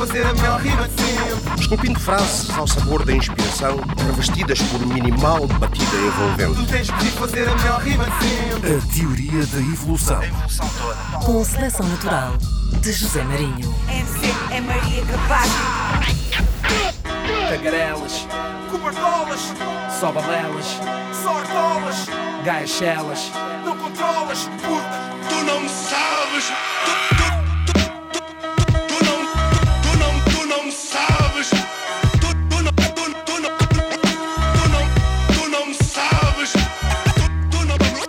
fazer a melhor rima de sempre. Esculpindo frases ao sabor da inspiração, revestidas por minimal batida envolvente. Tu tens que fazer a melhor rima de sempre. A teoria da evolução. A evolução toda. Com seleção natural de José Marinho. MC é Maria Capaz. Tagarelas, Cobardolas, só balelas, sordolas, gaiechelas. não controlas porque Tu não sabes, tu não sabes, tu não sabes, tu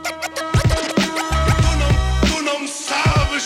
não sabes,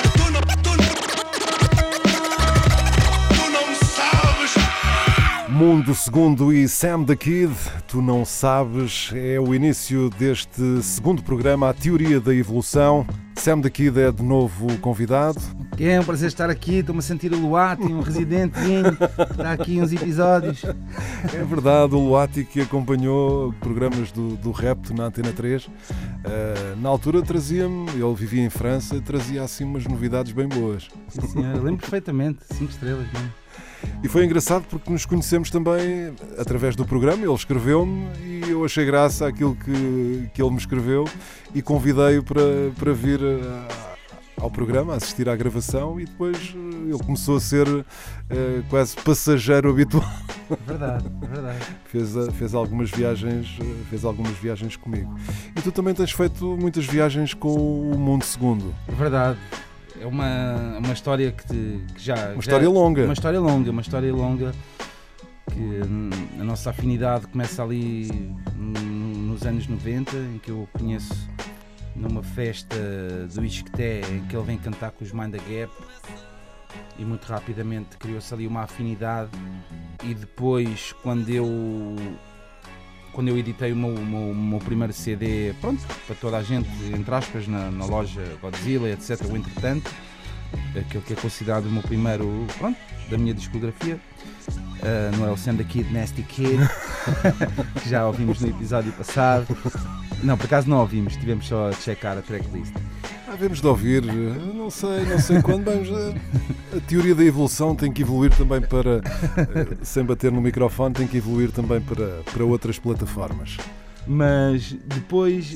tu não sabes. Mundo Segundo e Sam the Kid, tu não sabes, é o início deste segundo programa, A Teoria da Evolução. Sam the Kid é de novo convidado. É um prazer estar aqui, estou-me a sentir o Luati, um residentezinho, está aqui uns episódios. É verdade, o Luati que acompanhou programas do Repto na Antena 3. Na altura trazia-me, ele vivia em França, trazia assim umas novidades bem boas. Sim, senhor, eu lembro perfeitamente, 5 estrelas mesmo. E foi engraçado porque nos conhecemos também através do programa, ele escreveu-me e eu achei graça àquilo que ele me escreveu e convidei-o para vir ao programa, assistir à gravação, e depois ele começou a ser quase passageiro habitual. Verdade, verdade. Fez algumas viagens comigo. E tu também tens feito muitas viagens com o Mundo Segundo. Verdade. É uma história que já... Uma história longa. Uma história longa que a nossa afinidade começa ali nos anos 90, em que eu conheço numa festa do Isqueté, em que ele vem cantar com os Mind the Gap, e muito rapidamente criou-se ali uma afinidade. E depois, quando eu editei o meu primeiro CD, pronto, para toda a gente, entre aspas, na loja Godzilla, etc., o Entretanto, aquele que é considerado o meu primeiro, pronto, da minha discografia, não é o Sam the Kid, Nasty Kid, que já ouvimos no episódio passado. Não, por acaso não ouvimos, tivemos só a checar a tracklist. Devemos de ouvir, não sei quando, vamos. A teoria da evolução tem que evoluir também para, sem bater no microfone, tem que evoluir também para outras plataformas. Mas depois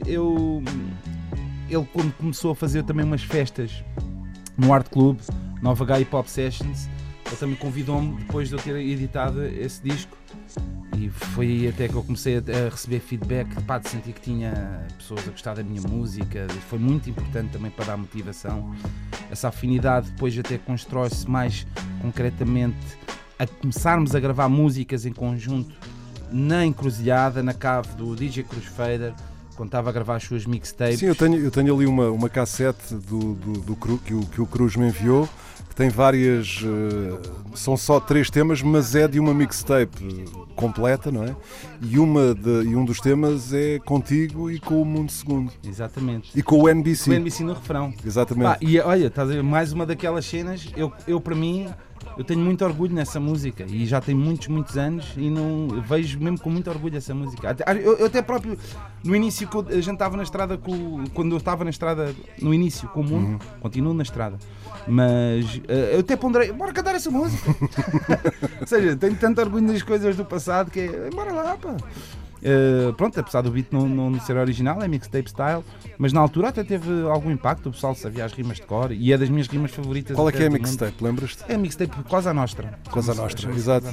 ele quando começou a fazer também umas festas no Art Club, Nova H Hip Hop Sessions, ele também convidou-me depois de eu ter editado esse disco. E foi aí até que eu comecei a receber feedback, de sentir que tinha pessoas a gostar da minha música. Foi muito importante também para dar motivação. Essa afinidade depois até constrói-se mais concretamente a começarmos a gravar músicas em conjunto na Encruzilhada, na cave do DJ Cruz Fader, quando estava a gravar as suas mixtapes. Sim, eu tenho ali uma cassete que o Cruz me enviou, que tem várias, são só 3 temas, mas é de uma mixtape completa, não é? E um dos temas é contigo e com o Mundo Segundo. Exatamente. E com o NBC. Com o NBC no refrão. Exatamente. E olha, estás a ver, mais uma daquelas cenas, eu para mim, eu tenho muito orgulho nessa música e já tem muitos anos e não vejo mesmo com muito orgulho essa música. Eu até próprio, no início, a gente estava na estrada, quando eu estava na estrada no início com o Mundo, continuo na estrada, mas eu até ponderei, bora cantar essa música. Ou seja, tenho tanto orgulho das coisas do passado que é, bora lá, pá. Pronto, apesar do beat não ser original, é mixtape style, mas na altura até teve algum impacto, o pessoal sabia as rimas de cor e é das minhas rimas favoritas. Qual é que é a mixtape, lembras-te? É a mixtape Cosa Nostra. Cosa Nostra, exato.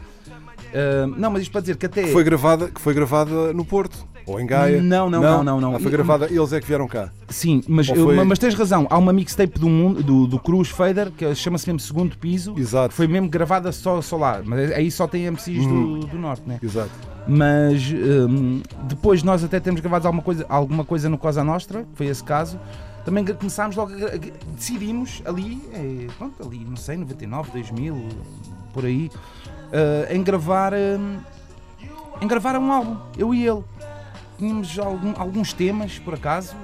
Não, mas isto para dizer que até... Que foi gravada no Porto, ou em Gaia. Não. Foi gravada, eles é que vieram cá. Sim, mas tens razão, há uma mixtape do Cruz Fader, que chama-se mesmo Segundo Piso. Exato. Que foi mesmo gravada só lá, mas aí só tem MCs do Norte, né? Exato. Mas depois nós até temos gravado alguma coisa no Cosa Nostra, foi esse caso. Também começámos logo decidimos ali, não sei, 99, 2000, por aí, em gravar um álbum, eu e ele. Tínhamos alguns temas, por acaso,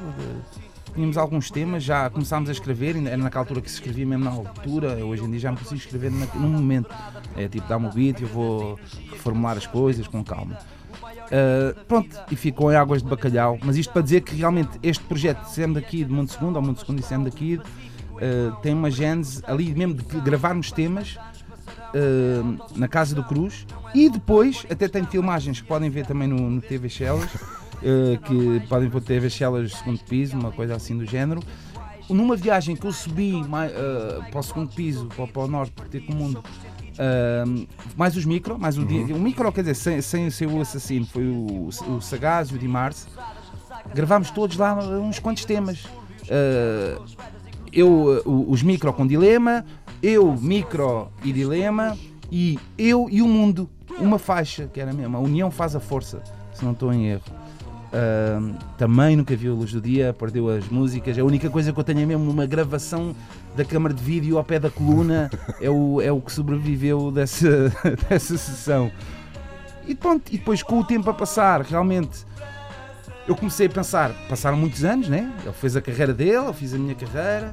já começámos a escrever, era naquela altura que se escrevia mesmo na altura, hoje em dia já não consigo escrever num momento. É tipo, dá-me o beat, eu vou reformular as coisas com calma. Pronto, e ficou em águas de bacalhau, mas isto para dizer que realmente este projeto de Sam the Kid, Mundo Segundo, ou Mundo Segundo e Sam the Kid, tem uma gênese ali mesmo de gravarmos temas na Casa do Cruz, e depois até tem filmagens que podem ver também no TV Chelas, que podem ver TV Chelas segundo piso, uma coisa assim do género. Numa viagem que eu subi para o segundo piso, para o norte, ter com o mundo, mais os micro, mais o micro, quer dizer, sem o assassino, foi o Sagaz e o Dimarse. Gravámos todos lá uns quantos temas. Os micro com dilema, micro e dilema, e eu e o mundo, uma faixa, que era mesmo, a união faz a força, se não estou em erro. Também nunca viu a luz do dia, perdeu as músicas. A única coisa que eu tenho é mesmo uma gravação da câmara de vídeo ao pé da coluna, é o que sobreviveu dessa sessão. E pronto, e depois com o tempo a passar, realmente eu comecei a pensar, passaram muitos anos, né? Ele fez a carreira dele, eu fiz a minha carreira,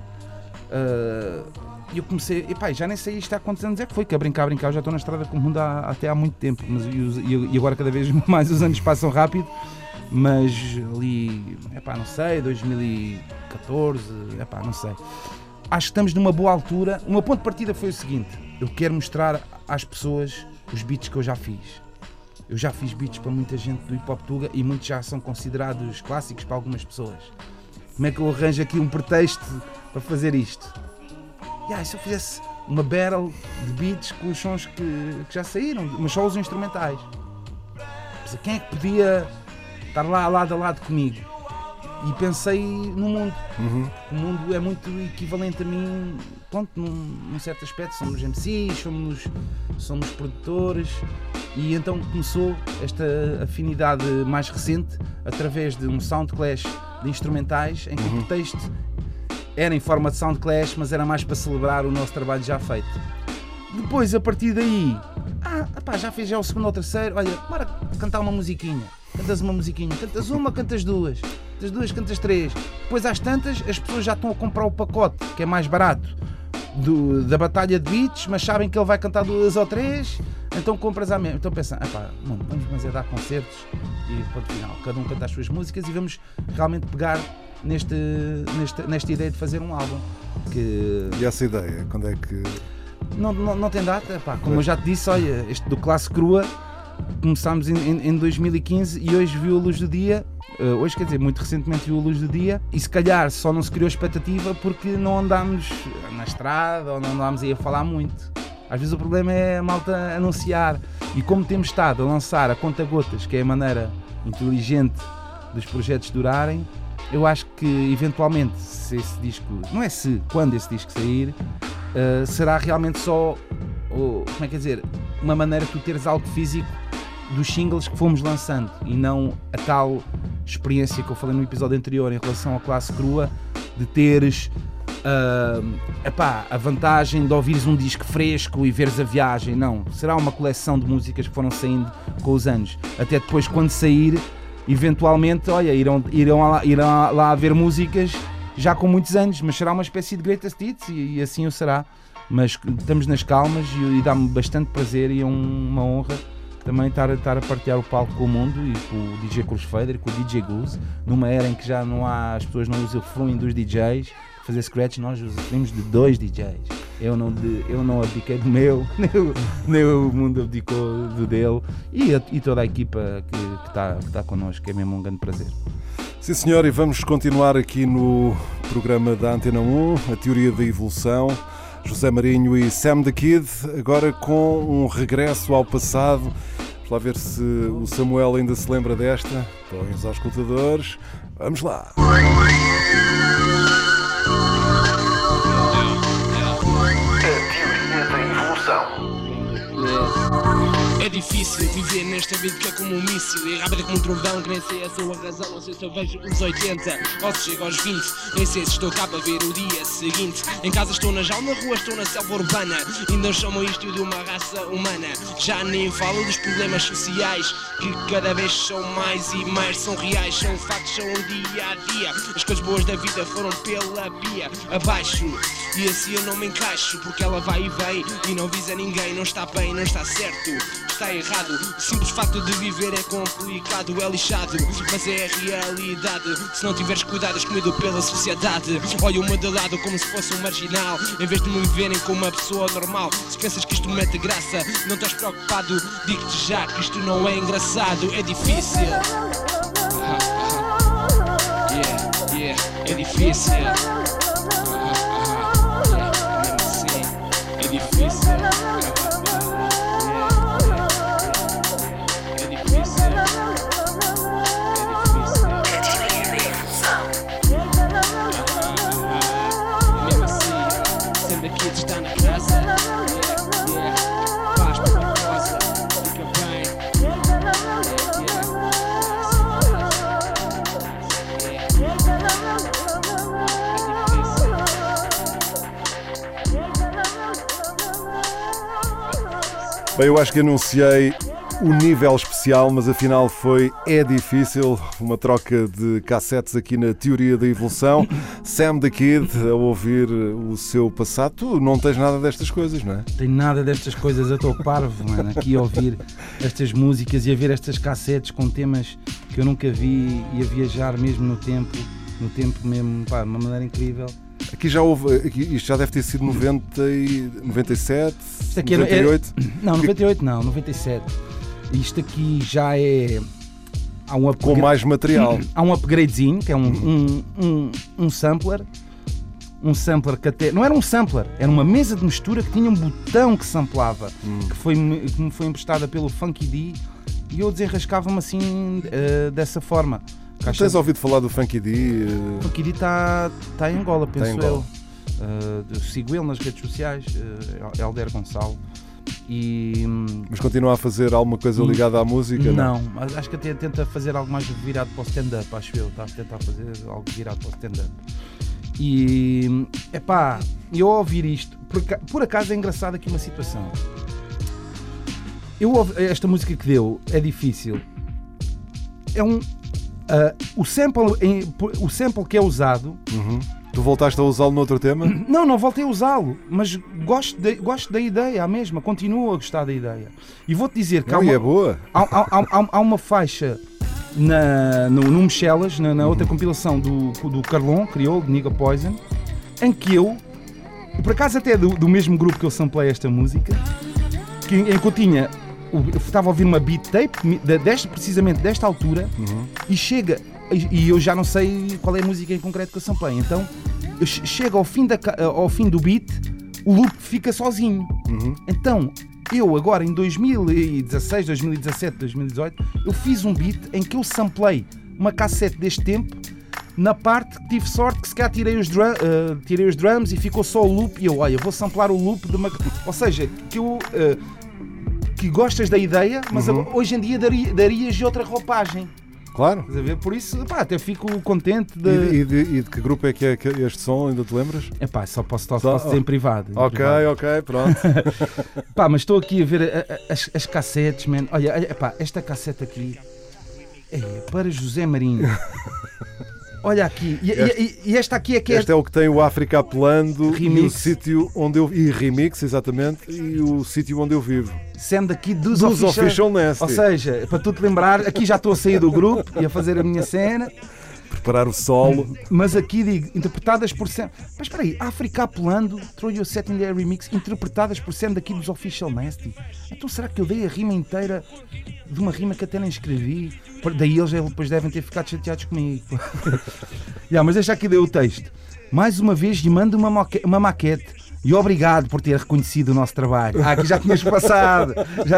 e eu comecei, já nem sei isto há quantos anos é que foi, que a brincar, eu já estou na estrada com o mundo até há muito tempo, mas, e agora cada vez mais os anos passam rápido, mas ali, não sei, 2014, não sei. Acho que estamos numa boa altura. O meu ponto de partida foi o seguinte: eu quero mostrar às pessoas os beats que eu já fiz. Eu já fiz beats para muita gente do hip hop tuga e muitos já são considerados clássicos para algumas pessoas. Como é que eu arranjo aqui um pretexto para fazer isto? E se eu fizesse uma battle de beats com os sons que já saíram, mas só os instrumentais. Mas quem é que podia estar lá lado a lado comigo? E pensei no mundo. O mundo é muito equivalente a mim, pronto, num certo aspecto. Somos MCs, somos produtores, e então começou esta afinidade mais recente através de um sound clash de instrumentais, em que o pretexto era em forma de sound clash, mas era mais para celebrar o nosso trabalho já feito. Depois, a partir daí, já fez já o segundo ou terceiro, olha, bora cantar uma musiquinha. Cantas uma musiquinha, cantas uma, cantas duas, cantas duas, cantas três. Depois às tantas as pessoas já estão a comprar o pacote, que é mais barato, da batalha de beats, mas sabem que ele vai cantar duas ou três, então compras à mesma. Então pensam, vamos dar concertos e ponto final, cada um canta as suas músicas e vamos realmente pegar nesta ideia de fazer um álbum. E essa ideia, quando é que... Não tem data, como eu já te disse, olha, este do Classe Crua, começámos em 2015 e hoje viu a luz do dia. Hoje, quer dizer, muito recentemente viu a luz do dia, e se calhar só não se criou expectativa porque não andámos na estrada ou não andámos aí a falar muito. Às vezes o problema é a malta anunciar, e como temos estado a lançar a conta-gotas, que é a maneira inteligente dos projetos durarem, eu acho que eventualmente, se esse disco, não é se, quando esse disco sair, será realmente só, como é que é dizer, uma maneira de tu teres algo físico dos singles que fomos lançando, e não a tal experiência que eu falei no episódio anterior em relação à Classe Crua, de teres a vantagem de ouvires um disco fresco e veres a viagem. Não, será uma coleção de músicas que foram saindo com os anos, até depois, quando sair, eventualmente, olha, irão lá haver músicas já com muitos anos, mas será uma espécie de greatest hits, e assim o será. Mas estamos nas calmas e dá-me bastante prazer, e é uma honra também estar a partilhar o palco com o mundo e com o DJ Cruz Fader e com o DJ Goose, numa era em que já não há, as pessoas não usufruem dos DJs. Fazer scratch, nós usufruímos de 2 DJs. Eu não abdiquei do meu, nem o mundo abdicou do dele, e toda a equipa que está connosco, que é mesmo um grande prazer. Sim, senhor, e vamos continuar aqui no programa da Antena 1, a teoria da evolução. José Marinho e Sam the Kid, agora com um regresso ao passado. Vamos lá ver se o Samuel ainda se lembra desta. Põe-os aos escutadores. Vamos lá. É difícil viver nesta vida que é como um míssil, e rápida como um trovão, que nem sei a sua razão. Não sei se eu vejo uns 80 ou se chego aos 20, nem sei se estou cá para ver o dia seguinte. Em casa estou na jaula, na rua estou na selva urbana, ainda chamam isto de uma raça humana. Já nem falo dos problemas sociais, que cada vez são mais e mais, são reais, são factos, são o dia a dia. As coisas boas da vida foram pela pia abaixo, e assim eu não me encaixo, porque ela vai e vem e não visa ninguém. Não está bem, não está certo. está errado. O simples facto de viver é complicado, é lixado, mas é a realidade. Se não tiveres cuidado, és comido pela sociedade. Olha o meu de lado como se fosse um marginal, em vez de me verem como uma pessoa normal. Se pensas que isto mete graça, não estás preocupado, digo-te já que isto não é engraçado, é difícil. É difícil. É difícil. Aqui está na casa, faz uma coisa, fica bem. Bem, eu acho que anunciei o nível especial, mas afinal É Difícil, uma troca de cassetes aqui na Teoria da Evolução. Sam the Kid a ouvir o seu passado. Tu não tens nada destas coisas, não é? Tenho nada destas coisas, eu estou parvo, mano, aqui a ouvir estas músicas e a ver estas cassetes com temas que eu nunca vi e a viajar mesmo no tempo mesmo, pá, de uma maneira incrível. Aqui já houve, isto já deve ter sido 90 e 97, isto aqui 98? Não, 98 não, 97. Isto aqui já é... Com mais material. Há um upgradezinho, que é um sampler. Um sampler que até... Não era um sampler, era uma mesa de mistura que tinha um botão que samplava, que me foi emprestada pelo Funky D, e eu desenrascava-me assim, dessa forma. Tens ouvido falar do Funky D? O Funky D está em Angola, penso eu. Sigo ele nas redes sociais, Helder Gonçalo. Mas continua a fazer alguma coisa ligada à música? Não, acho que até tenta fazer algo mais virado para o stand-up, acho eu. Está a tentar fazer algo virado para o stand-up. E, epá, eu ao ouvir isto, por acaso é engraçado aqui uma situação. Esta música que deu, É Difícil, é o sample que é usado. Tu voltaste a usá-lo no outro tema? Não voltei a usá-lo, mas gosto da ideia, a mesma, continuo a gostar da ideia. E vou-te dizer que é boa. Há uma faixa no Michelas, na outra compilação do Carlon, Crioulo, de Nigga Poison, em que eu, por acaso até do mesmo grupo que eu samplei esta música, em que eu estava a ouvir uma beat tape, precisamente desta altura, e chega... E eu já não sei qual é a música em concreto que eu samplei. Então, chega ao fim do beat, o loop fica sozinho. Então, eu agora em 2016, 2017, 2018, eu fiz um beat em que eu samplei uma cassete deste tempo, na parte que tive sorte que se calhar tirei os drums e ficou só o loop. E eu, olha, vou samplar o loop de uma... Ou seja, que gostas da ideia, mas hoje em dia darias outra roupagem. Claro. Estás a ver? Por isso, pá, até fico contente de... E de que grupo é que é este som? Ainda te lembras? É pá, só posso dizer em privado. Ok, pronto. Pá, mas estou aqui a ver as cassetes, man. Olha, pá, esta cassete aqui é para José Marinho. Olha aqui, e esta aqui é que é... Este é o que tem o África Apelando remix. E o sítio onde eu... E remix, exatamente, e o sítio onde eu vivo. Sendo aqui dos Official Nasty. Ou seja, para tu te lembrar, aqui já estou a sair do grupo e a fazer a minha cena. Preparar o solo. Mas aqui digo, interpretadas por Sam... Mas espera aí, África Apelando, Throw Your Set in the Remix, interpretadas por Sam daqui dos Official Nasty. Então será que eu dei a rima inteira de uma rima que até nem escrevi? Daí eles depois devem ter ficado chateados comigo. Mas deixa aqui ler o texto. Mais uma vez lhe mando uma maquete e obrigado por ter reconhecido o nosso trabalho. Aqui já tinhas passado.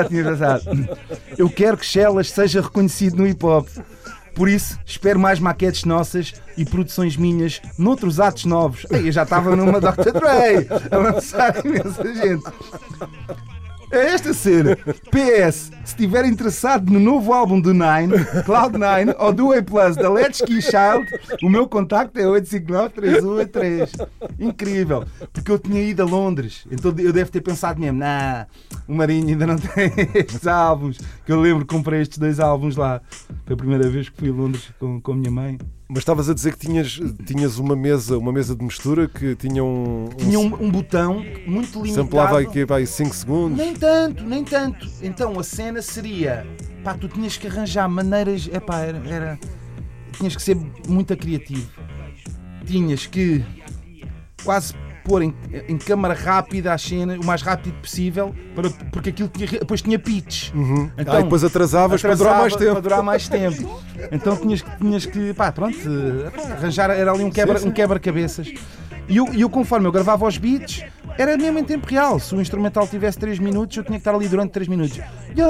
Eu quero que Shellas seja reconhecido no hip-hop. Por isso, espero mais maquetes nossas e produções minhas noutros atos novos. Eu já estava numa Dr. Dre a lançar imensa gente. É esta cena. PS, se estiver interessado no novo álbum do Nine, Cloud9 ou do A Plus da Let's Key Child, o meu contacto é 859-3183. Incrível, porque eu tinha ido a Londres, então eu devo ter pensado mesmo, o Marinho ainda não tem estes álbuns, que eu lembro que comprei estes 2 álbuns lá. Foi a primeira vez que fui a Londres com a minha mãe. Mas estavas a dizer que tinhas uma mesa de mistura que tinha Tinha um botão muito limitado. Samplava aqui vai 5 segundos. Nem tanto. Então a cena seria, pá, tu tinhas que arranjar maneiras, tinhas que ser muito criativo. Tinhas que quase pôr em câmara rápida a cena, o mais rápido possível, porque aquilo depois tinha pitch. Então, e depois atrasavas para durar mais tempo. Então tinhas que arranjar, era ali um quebra-cabeças. E eu, conforme eu gravava os beats, era mesmo em tempo real. Se o instrumental tivesse 3 minutos, eu tinha que estar ali durante 3 minutos.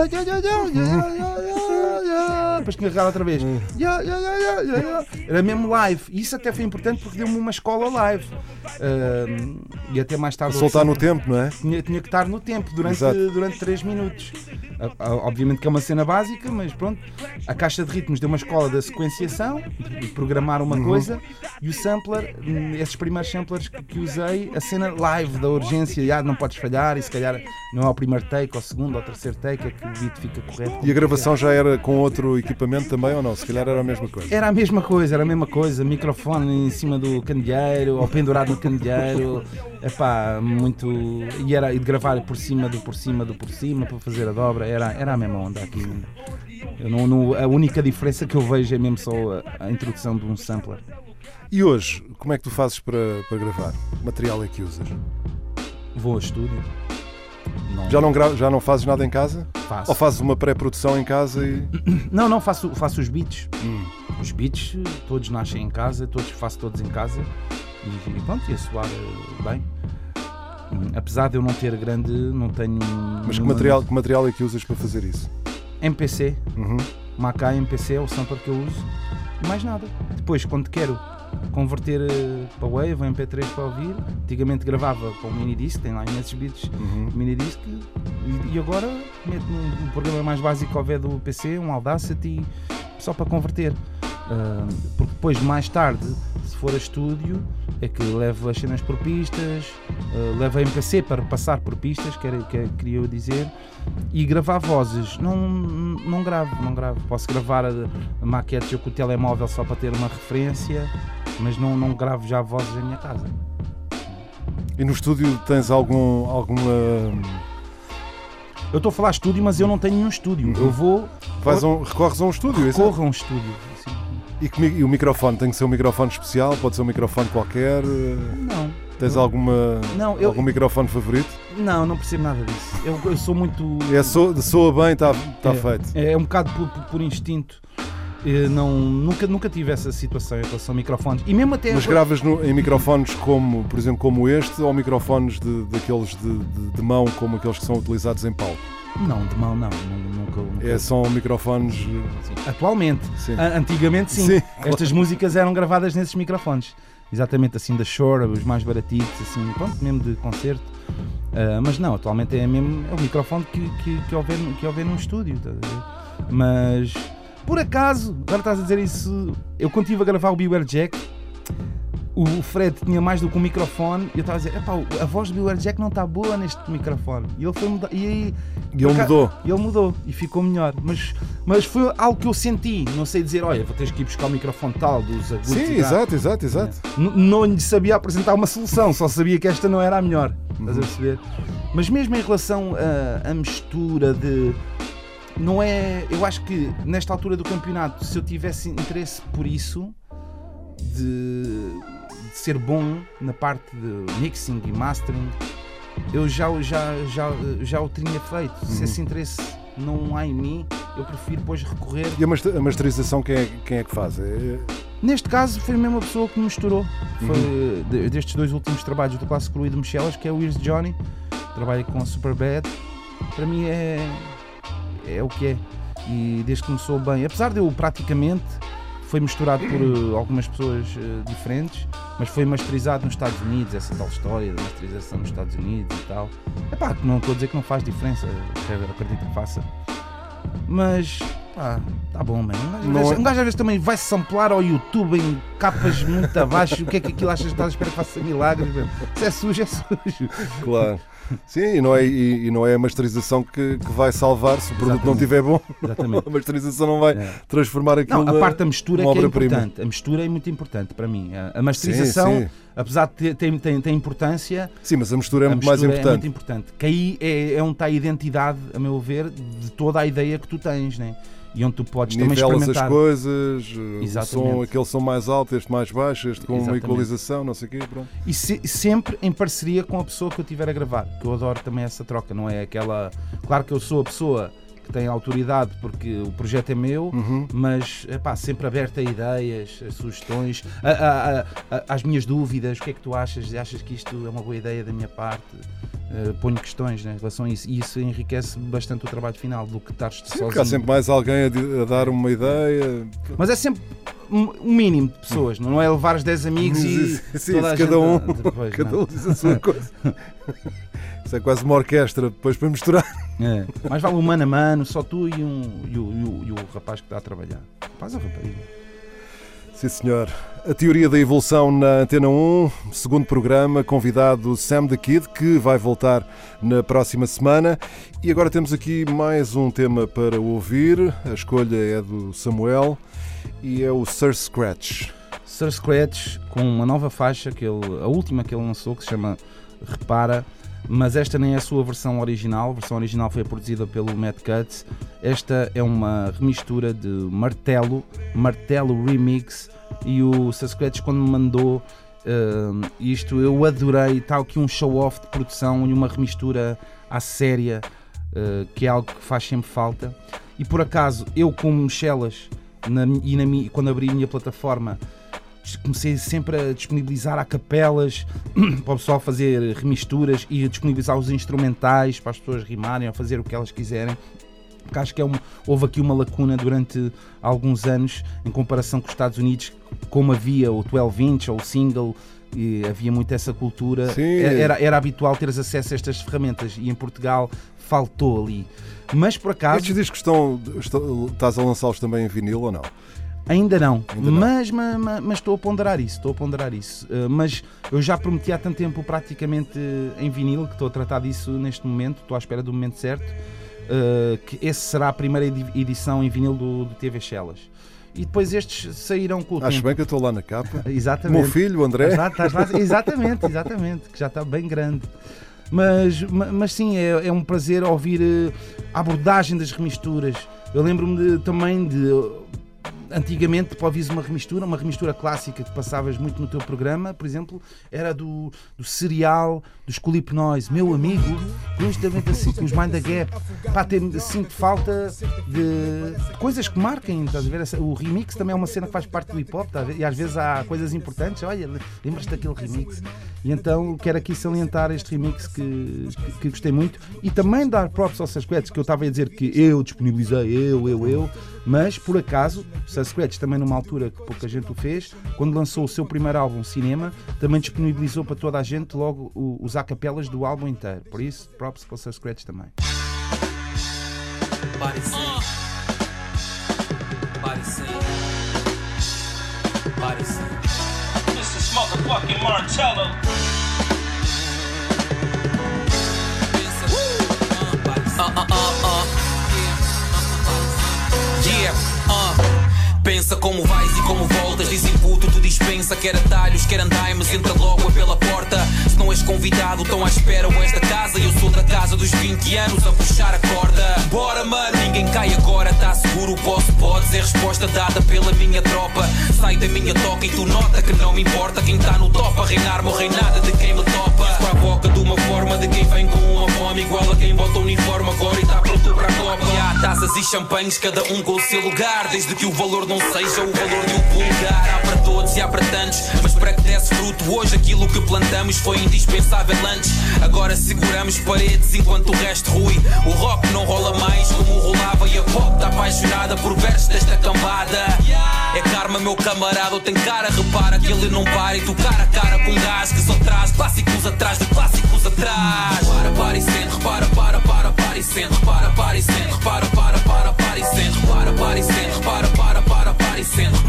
Depois tinha que agarrar outra vez. Era mesmo live. E isso até foi importante porque deu-me uma escola live. E até mais tarde. Soltar no tempo, não é? Tinha que estar no tempo durante 3 minutos. Obviamente que é uma cena básica, mas pronto. A caixa de ritmos deu uma escola da sequenciação, de programar uma coisa, e o sampler, esses primeiros samplers que usei, a cena live da urgência, não podes falhar, e se calhar não é o primeiro take, ou o segundo, ou o terceiro take, é que o beat fica correto. E a gravação já era com outro equipamento também ou não? Se calhar era a mesma coisa. Era a mesma coisa, microfone em cima do candeeiro, ou pendurado no candeeiro, muito. E de gravar por cima para fazer a dobra, era a mesma onda aqui. A única diferença que eu vejo é mesmo só a introdução de um sampler. E hoje, como é que tu fazes para gravar? Que material é que usas? Vou ao estúdio. Já não fazes nada em casa? Faço. Ou fazes uma pré-produção em casa e... Não, faço os beats. Os beats todos nascem em casa, faço todos em casa e pronto, ia soar bem. Apesar de eu não ter grande, não tenho... Mas que material é que usas para fazer isso? MPC, Macai MPC é o sampler que eu uso e mais nada. Depois, quando quero converter para Wave, MP3 para ouvir, antigamente gravava para um minidisc, tem lá imensos beats minidisc, e agora meto num programa mais básico que houver do PC, um Audacity, só para converter. Porque depois, mais tarde, se for a estúdio, é que levo as cenas por pistas, levo a MPC para passar por pistas, que queria eu dizer, e gravar vozes. Não gravo. Posso gravar a maquete com o telemóvel só para ter uma referência, mas não gravo já vozes em minha casa. E no estúdio tens alguma... Eu estou a falar estúdio, mas eu não tenho nenhum estúdio. Eu vou... Recorres a um estúdio? Recorro a um estúdio, sim. E o microfone? Tem que ser um microfone especial? Pode ser um microfone qualquer? Não. Tens algum microfone favorito? Não percebo nada disso. Eu sou muito... Soa bem, está feito. É um bocado por instinto. Nunca tive essa situação em relação a microfones. E mesmo até... Mas gravas em microfones como, por exemplo, como este, ou microfones daqueles de mão, como aqueles que são utilizados em palco? Não, de mão não. Nunca. São microfones... Sim. Atualmente. Sim. Antigamente sim. Estas músicas eram gravadas nesses microfones. Exatamente assim, da Shure, os mais baratitos, assim, pronto, mesmo de concerto. Mas não, atualmente é o microfone que houver num estúdio. Mas... Por acaso, agora estás a dizer isso, eu quando estive a gravar o Beware Jack, o Fred tinha mais do que um microfone e eu estava a dizer, a voz do Beware Jack não está boa neste microfone. E ele foi mudar, e ele mudou e ficou melhor. Mas foi algo que eu senti, não sei dizer, olha, vou ter que ir buscar o microfone tal dos agudos. Sim, exato. Não lhe sabia apresentar uma solução, só sabia que esta não era a melhor. Estás a perceber? Mas mesmo em relação à mistura de... Não é... Eu acho que nesta altura do campeonato, se eu tivesse interesse por isso, de ser bom na parte de mixing e mastering, eu já o teria feito. Se esse interesse não há em mim, eu prefiro depois recorrer... E a masterização quem é que faz? Neste caso foi a mesma pessoa que me misturou. Foi destes 2 últimos trabalhos do Clássico Cru e do Michelas, que é o Ears Johnny, trabalha com a Superbad. Para mim é o que é, e desde que começou bem, apesar de eu praticamente foi misturado por algumas pessoas diferentes, mas foi masterizado nos Estados Unidos, essa tal história da masterização nos Estados Unidos e tal. Não estou a dizer que não faz diferença, acredito que faça, mas tá bom, mano. Um gajo às vezes também vai se samplar ao YouTube em capas muito abaixo. O que é que aquilo achas que estás à espera que faça milagres, mano? Se é sujo, é sujo. Claro. Sim, e não é a masterização que vai salvar se o produto não estiver bom. Exatamente. A masterização não vai transformar aquilo a parte da mistura é que é obra-prima. importante. A mistura é muito importante para mim. A masterização, sim. apesar de ter importância... Sim, mas a mistura é muito mais importante. É muito importante. Que aí é onde está a identidade, a meu ver, de toda a ideia que tu tens, né? E onde tu podes também experimentar as coisas, aquele som mais alto, este mais baixo, este com uma equalização, não sei o quê. Pronto. E sempre em parceria com a pessoa que eu estiver a gravar, que eu adoro também essa troca, não é aquela... Claro que eu sou a pessoa que tem autoridade porque o projeto é meu, mas sempre aberta a ideias, a sugestões, às minhas dúvidas. O que é que tu achas? Achas que isto é uma boa ideia da minha parte? Ponho questões, né, em relação a isso, e isso enriquece bastante o trabalho final do que estás sozinho. Porque há sempre mais alguém a dar uma ideia. Mas é sempre um mínimo de pessoas, não é levar os 10 amigos sim, toda a cada gente... Um, cada um diz a sua coisa. Isso é quase uma orquestra depois para misturar. É. Mais vale um mano a mano, só tu e o rapaz que está a trabalhar. Faz a rapariga. Sim, senhor. A teoria da evolução na Antena 1, segundo programa, convidado Sam the Kid, que vai voltar na próxima semana. E agora temos aqui mais um tema para ouvir. A escolha é do Samuel e é o Sir Scratch. Sir Scratch, com uma nova faixa, a última que ele lançou, que se chama Repara, mas esta nem é a sua versão original. A versão original foi produzida pelo Matt Cutts. Esta é uma remistura de Martelo Remix, e o Sir Scratch, quando me mandou isto, eu adorei. Está aqui um show-off de produção e uma remistura à séria, que é algo que faz sempre falta. E por acaso, eu como Michelas, quando abri a minha plataforma, comecei sempre a disponibilizar a capelas para o pessoal fazer remisturas e a disponibilizar os instrumentais para as pessoas rimarem ou fazer o que elas quiserem. Porque acho que houve aqui uma lacuna durante alguns anos em comparação com os Estados Unidos, como havia o 12-inch ou o single, e havia muito essa cultura. Era habitual teres acesso a estas ferramentas, e em Portugal faltou ali. Mas por acaso... Estes discos estás a lançá-los também em vinil ou não? Ainda não. Mas estou a ponderar isso, mas eu já prometi há tanto tempo praticamente em vinil, que estou a tratar disso neste momento, estou à espera do momento certo, que esse será a primeira edição em vinil do TV Chelas. E depois estes sairão com o tempo. Acho bem que eu estou lá na capa. Exatamente. O meu filho, o André. Estás lá, exatamente, que já está bem grande. Mas sim, é um prazer ouvir a abordagem das remisturas. Eu lembro-me também de... Antigamente, para ouvires uma remistura clássica que passavas muito no teu programa, por exemplo, era do Cereal, dos Culip Noise. Meu amigo, justamente assim, com os Mind the Gap. Sinto falta de coisas que marquem, estás a ver? O remix também é uma cena que faz parte do hip-hop, estás a ver? E às vezes há coisas importantes. Olha, lembras-te daquele remix? E então quero aqui salientar este remix que gostei muito, e também dar props aos Scratch, que eu estava a dizer que eu disponibilizei, mas por acaso o Scratch, também numa altura que pouca gente o fez, quando lançou o seu primeiro álbum Cinema, também disponibilizou para toda a gente logo os acapelas do álbum inteiro. Por isso, props para o Scratch também. This is motherfucking Martello. Pensa como vais e como voltas, diz inputo, tu dispensa, quer atalhos, quer andaimes, entra logo pela porta. Se não és convidado, estão à espera ou és da casa. Eu sou da casa dos 20 anos a puxar a corda. Bora mano, ninguém cai agora, tá seguro, podes, é resposta dada pela minha tropa. Sai da minha toca e tu nota que não me importa quem tá no top a reinar, morrei nada de quem me topa. Para a boca de uma forma de quem vem com uma fome, igual a quem bota o uniforme agora e tá pronto para a copa. E há taças e champanhes, cada um com o seu lugar, desde que o valor não seja o valor de um pulgar. Há para todos e há para tantos, mas para que desse fruto hoje aquilo que plantamos foi indispensável antes. Agora seguramos paredes enquanto o resto rui. O rock não rola mais como rolava e a pop está apaixonada por versos desta cambada. É karma meu camarada, ou tem cara, repara que ele não para e tu cara a cara com gás que só traz clássicos atrás de clássicos atrás. Para e sente, repara e sente, repara e sente, repara e sente, repara e sente, repara e sente.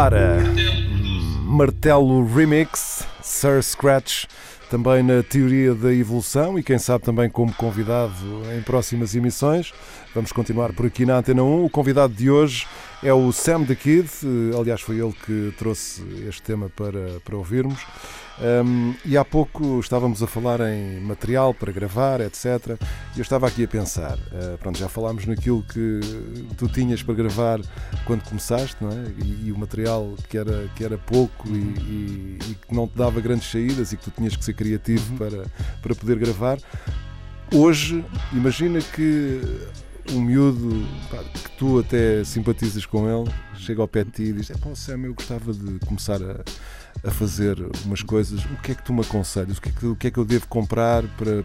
Clara, Martelo Remix, Sir Scratch, também na teoria da evolução e quem sabe também como convidado em próximas emissões. Vamos continuar por aqui na Antena 1. O convidado de hoje é o Sam the Kid, aliás foi ele que trouxe este tema para ouvirmos. E há pouco estávamos a falar em material para gravar, etc. E eu estava aqui a pensar, pronto, já falámos naquilo que tu tinhas para gravar quando começaste, não é? E o material que era pouco e que não te dava grandes saídas e que tu tinhas que ser criativo para poder gravar. Hoje, imagina que um miúdo, que tu até simpatizas com ele, chega ao pé de ti e diz: pá, Sam, eu gostava de começar a fazer umas coisas, o que é que tu me aconselhas? O que é que eu devo comprar para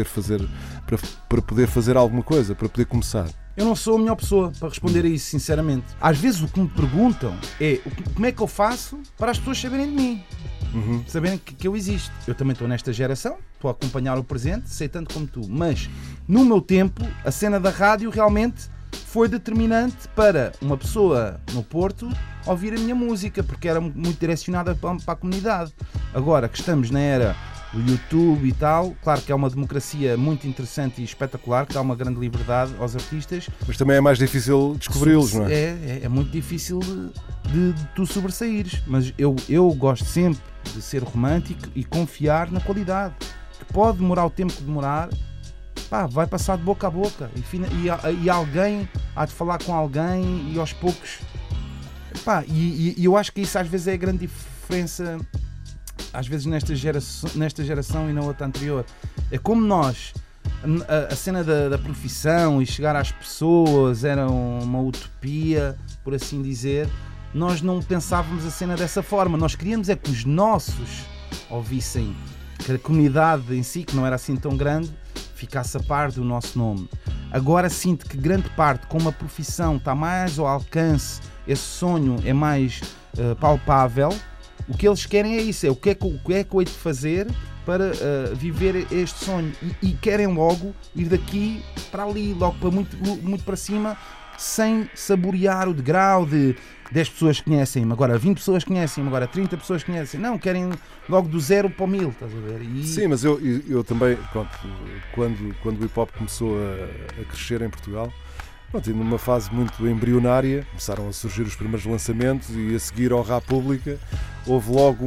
poder fazer alguma coisa, para poder começar? Eu não sou a melhor pessoa para responder a isso, sinceramente. Às vezes o que me perguntam é como é que eu faço para as pessoas saberem de mim, saberem que eu existo. Eu também estou nesta geração, estou a acompanhar o presente, sei tanto como tu, mas no meu tempo a cena da rádio realmente foi determinante para uma pessoa no Porto ouvir a minha música, porque era muito direcionada para a comunidade. Agora que estamos na era do YouTube e tal, claro que é uma democracia muito interessante e espetacular, que dá uma grande liberdade aos artistas. Mas também é mais difícil descobri-los, não é? É muito difícil de tu sobressaíres, mas eu gosto sempre de ser romântico e confiar na qualidade, que pode demorar o tempo que demorar, pá, vai passar de boca a boca e alguém há de falar com alguém e aos poucos, pá, e eu acho que isso às vezes é a grande diferença, às vezes nesta geração e na outra anterior. É como nós, a cena da profissão e chegar às pessoas era uma utopia, por assim dizer. Nós não pensávamos a cena dessa forma, nós queríamos é que os nossos ouvissem, que a comunidade em si, que não era assim tão grande, ficasse a par do nosso nome. Agora sinto que grande parte, como a profissão está mais ao alcance, esse sonho é mais palpável, o que eles querem é isso, é o que é que eu hei de fazer para viver este sonho e querem logo ir daqui para ali, logo para muito para cima, sem saborear o degrau de 10 pessoas conhecem-me, agora 20 pessoas conhecem-me, agora 30 pessoas conhecem. Não, querem logo do 0 para o 1000, estás a ver? Sim, mas eu também, pronto, quando o hip-hop começou a crescer em Portugal, pronto, e numa fase muito embrionária, começaram a surgir os primeiros lançamentos e a seguir ao Rap Pública, houve logo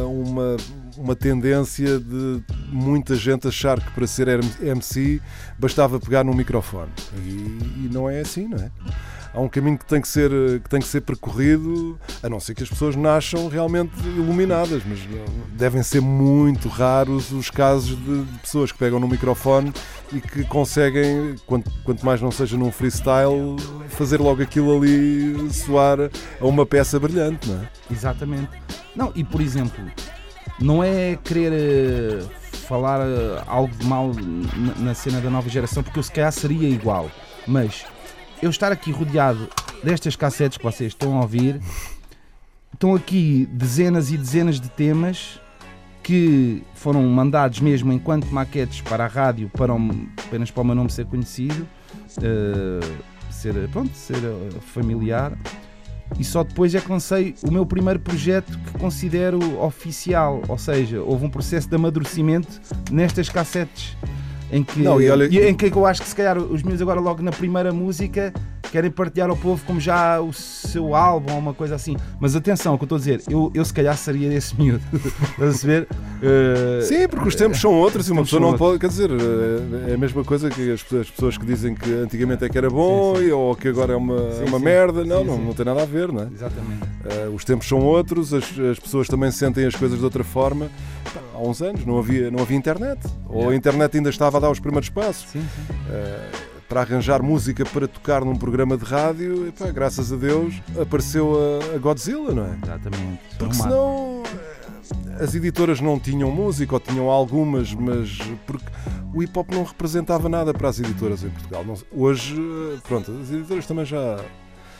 uma tendência de muita gente achar que para ser MC bastava pegar num microfone. E não é assim, não é? Há um caminho que tem que ser percorrido, a não ser que as pessoas nasçam realmente iluminadas, mas devem ser muito raros os casos de pessoas que pegam no microfone e que conseguem, quanto mais não seja num freestyle, fazer logo aquilo ali soar a uma peça brilhante, não é? Exatamente. Não, e por exemplo, não é querer falar algo de mal na cena da nova geração, porque eu se calhar seria igual, mas eu estar aqui rodeado destas cassetes que vocês estão a ouvir, estão aqui dezenas e dezenas de temas que foram mandados mesmo enquanto maquetes para a rádio, apenas para o meu nome ser conhecido, ser familiar, e só depois é que lancei o meu primeiro projeto que considero oficial, ou seja, houve um processo de amadurecimento nestas cassetes. Em que eu acho que se calhar os meus agora logo na primeira música querem partilhar ao povo como já o seu álbum ou uma coisa assim, mas atenção, o que eu estou a dizer, eu se calhar seria desse miúdo. Estás a ver? Sim, porque os tempos são outros e uma pessoa não pode, quer dizer, é a mesma coisa que as pessoas que dizem que antigamente é que era bom, sim. Ou que agora é uma merda, não tem nada a ver, não é? Exatamente. Os tempos são outros, as pessoas também sentem as coisas de outra forma. Há uns anos não havia internet, ou a internet ainda estava a dar os primeiros passos. Sim. Para arranjar música para tocar num programa de rádio, graças a Deus apareceu a Godzilla, não é? Exatamente. Porque senão as editoras não tinham música, ou tinham algumas, mas porque o hip-hop não representava nada para as editoras em Portugal. Hoje, pronto, as editoras também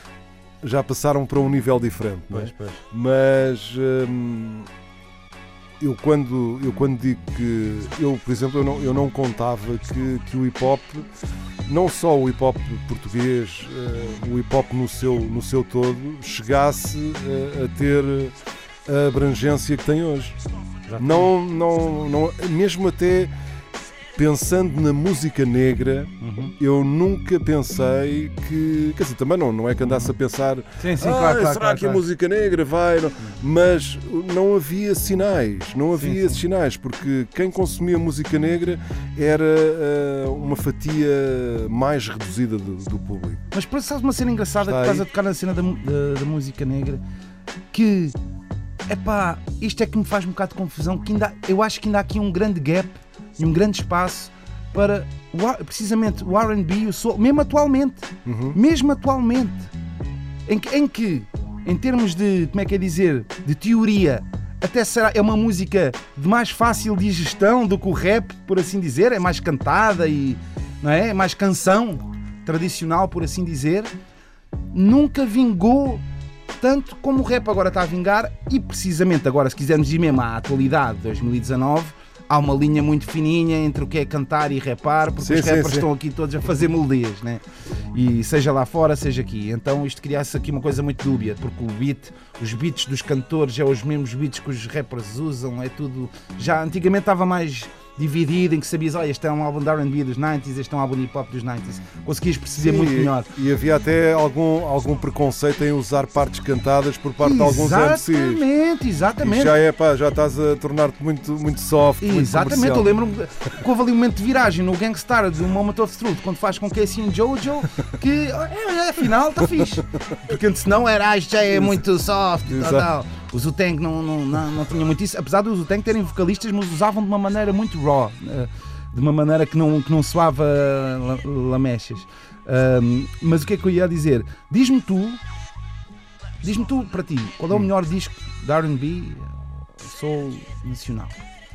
já passaram para um nível diferente, não é? Pois. Mas eu quando digo que eu, por exemplo, eu não contava que o hip-hop, não só o hip-hop português, o hip-hop no seu todo, chegasse a ter a abrangência que tem hoje. Não, mesmo até pensando na música negra, eu nunca pensei que... Quer dizer, também não é que andasse a pensar será que a música negra vai... Não, mas não havia sinais, porque quem consumia música negra era uma fatia mais reduzida do público. Mas por isso, sabes uma cena engraçada que estás a tocar na cena da música negra, que, isto é que me faz um bocado de confusão, que eu acho que ainda há aqui um grande gap e um grande espaço para precisamente o R&B, o soul, mesmo atualmente, em que, em termos de, como é que é dizer, de teoria, até é uma música de mais fácil digestão do que o rap, por assim dizer, é mais cantada e, não é? É mais canção tradicional, por assim dizer, nunca vingou tanto como o rap agora está a vingar. E precisamente agora, se quisermos ir mesmo à atualidade, 2019, há uma linha muito fininha entre o que é cantar e rapar, porque os rappers estão aqui todos a fazer melodias, né? E seja lá fora, seja aqui. Então isto cria-se aqui uma coisa muito dúbia, porque os beats dos cantores é os mesmos beats que os rappers usam, é tudo... Já antigamente estava mais dividido, em que sabias, este é um álbum de R&B dos 90s, este é um álbum de hip-hop dos 90s. Conseguias perceber muito melhor. E havia até algum preconceito em usar partes cantadas por parte de alguns MCs. Exatamente. E já estás a tornar-te muito soft, exatamente, muito eu lembro-me que houve ali um momento de viragem no Gangstar do Moment of Truth, quando faz com Casey e Jojo, que afinal está fixe. Porque senão era, isto já é muito soft, tal. O Wu-Tang não tinha muito isso, apesar do Wu-Tang terem vocalistas, mas usavam de uma maneira muito raw, de uma maneira que não soava lamechas. Mas o que é que eu ia dizer? Diz-me tu, para ti, qual é o melhor disco de R&B soul nacional?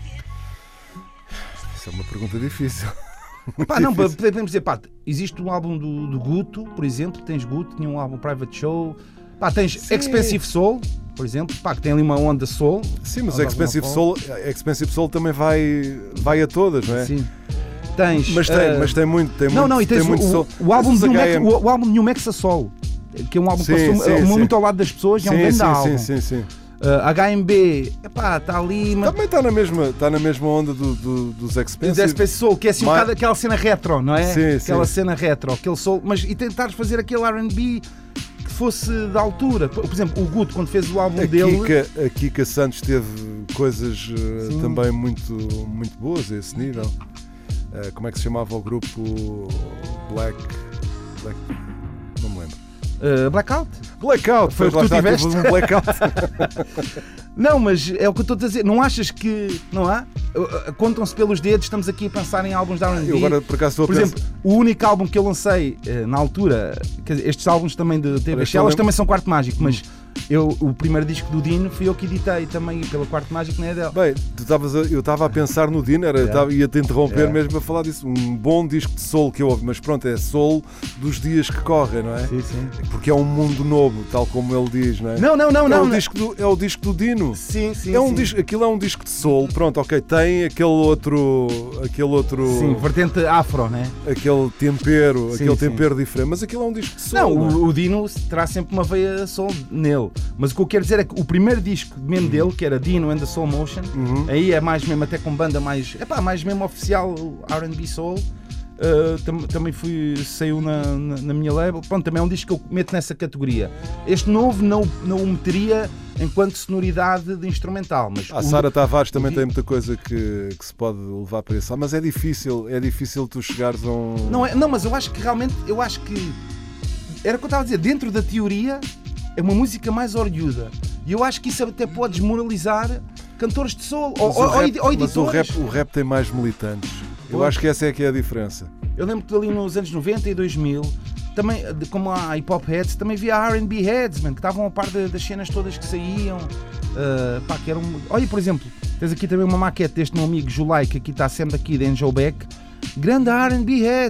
Isso é uma pergunta difícil. Podemos dizer, existe um álbum do Guto, por exemplo, tens Guto, tinha um álbum Private Show, tens Expensive Soul, por exemplo, que tem ali uma onda soul. Sim, mas Expensive Soul também vai a todas, não é? Sim. Tens, mas tem muito soul. O álbum de New Mexa Soul, que é um álbum que passou muito ao lado das pessoas, é um grande álbum. Sim. HMB, está ali... Também está na mesma onda dos Expensive Soul, que é assim aquela cena retro, não é? Sim, aquela cena retro, aquele soul, e tentares fazer aquele R&B que fosse da altura. Por exemplo, o Guto, quando fez o álbum dele... A Kika Santos teve coisas também muito boas a esse nível. Como é que se chamava o grupo? Black... Não me lembro. Blackout? Foi o que tu tiveste. Um blackout. Não, mas é o que eu estou a dizer. Não achas que... Não há? Contam-se pelos dedos, estamos aqui a pensar em álbuns da R&B. Eu agora, por acaso, por exemplo, o único álbum que eu lancei na altura... Quer dizer, estes álbuns também de TV Shellas também são Quarto Mágico, mas... o primeiro disco do Dino fui eu que editei também pela Quarto Mágico, não é dele. Bem, eu estava a pensar no Dino, ia-te interromper mesmo a falar disso. Um bom disco de soul que eu ouvi, mas pronto, é soul dos dias que correm, não é? Sim. Porque é um mundo novo, tal como ele diz, não é? Não. É o disco do Dino. Sim. Aquilo é um disco de soul, pronto, ok, tem aquele outro... Sim, vertente afro, né? Aquele tempero diferente, mas aquilo é um disco de soul. Não, o Dino terá sempre uma veia soul nele. Mas o que eu quero dizer é que o primeiro disco mesmo dele, que era Dino and the Soul Motion, aí é mais mesmo até com banda mais mesmo oficial, R&B Soul, também saiu na minha label. Pronto, também é um disco que eu meto nessa categoria. Este novo não o meteria enquanto sonoridade de instrumental. Mas a Sara Tavares também tem muita coisa que se pode levar para isso. Mas é difícil tu chegares a um... Não, mas eu acho que realmente, era o que eu estava a dizer, dentro da teoria é uma música mais orgulhosa. E eu acho que isso até pode desmoralizar cantores de soul ou editores. Mas o rap tem mais militantes. Eu acho que essa é que é a diferença. Eu lembro que ali nos anos 90 e 2000, também, como há hip-hop heads, também havia R&B heads, que estavam a par das cenas todas que saíam. Que eram... Olha, por exemplo, tens aqui também uma maquete deste meu amigo Julai, que aqui está sempre aqui de Angel Beck. Grande R&B head.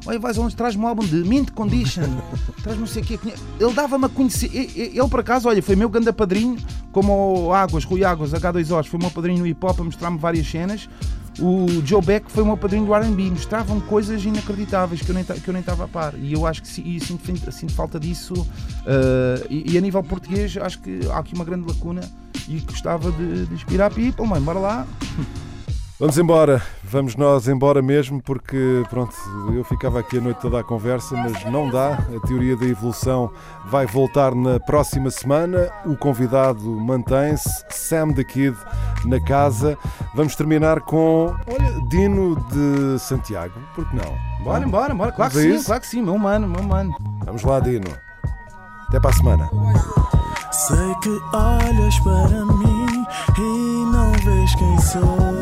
olha, vais aonde, traz-me um álbum de Mint Condition, traz não sei o quê. Ele dava-me a conhecer, ele por acaso, olha, foi meu grande padrinho, como o Águas, Rui Águas, H2Os, foi meu padrinho no hip hop a mostrar-me várias cenas. O Joe Beck foi o meu padrinho do R&B, mostravam coisas inacreditáveis que eu nem estava a par, e eu acho que sinto falta disso, e a nível português acho que há aqui uma grande lacuna e gostava de inspirar people, mãe, bora lá. Vamos embora, vamos nós embora mesmo, porque pronto, eu ficava aqui a noite toda a conversa, mas não dá. A teoria da evolução vai voltar na próxima semana. O convidado mantém-se, Sam the Kid na casa. Vamos terminar com, olha, Dino de Santiago, por que não? Bora, claro que sim, meu mano. Vamos lá, Dino. Até para a semana. Sei que olhas para mim e não vês quem sou.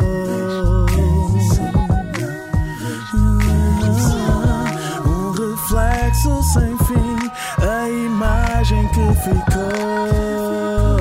Um reflexo sem fim, a imagem que ficou.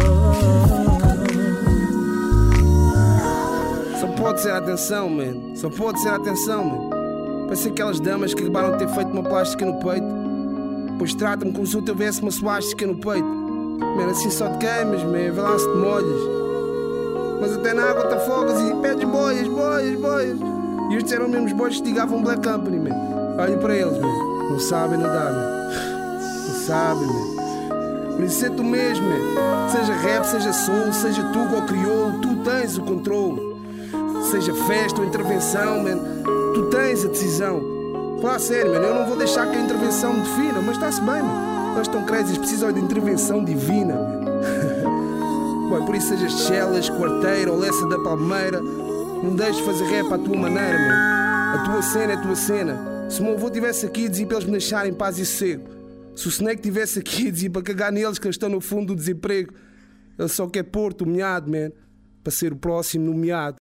Só pode ser a atenção, man. Só pode ser a atenção, man. Parece aquelas damas que acabaram de ter feito uma plástica no peito. Pois trata-me como se eu tivesse uma suástica no peito. Man, assim só te queimas, man. Vê lá se te molhas. Mas até na água te afogas e pedes boias. E estes eram mesmo os boias que ligavam Black Company, man. Olha para eles, man. Não sabem nadar, man. Não sabem, man. Por isso é tu mesmo, man. Seja rap, seja soul, seja tuga ou crioulo, tu tens o controle. Seja festa ou intervenção, man. Tu tens a decisão. Fala a sério, man. Eu não vou deixar que a intervenção me defina, mas está-se bem, man. Eles estão crazy, precisam de intervenção divina, man. Bom, por isso sejas de Chelas, Quarteira ou Lessa da Palmeira, não deixes fazer rap à tua maneira, man. A tua cena é a tua cena. Se o meu avô estivesse aqui, dizia para eles me deixarem em paz e sossego. Se o Snake estivesse aqui, dizia para cagar neles que eles estão no fundo do desemprego. Ele só quer pôr-te o meado, man, para ser o próximo nomeado.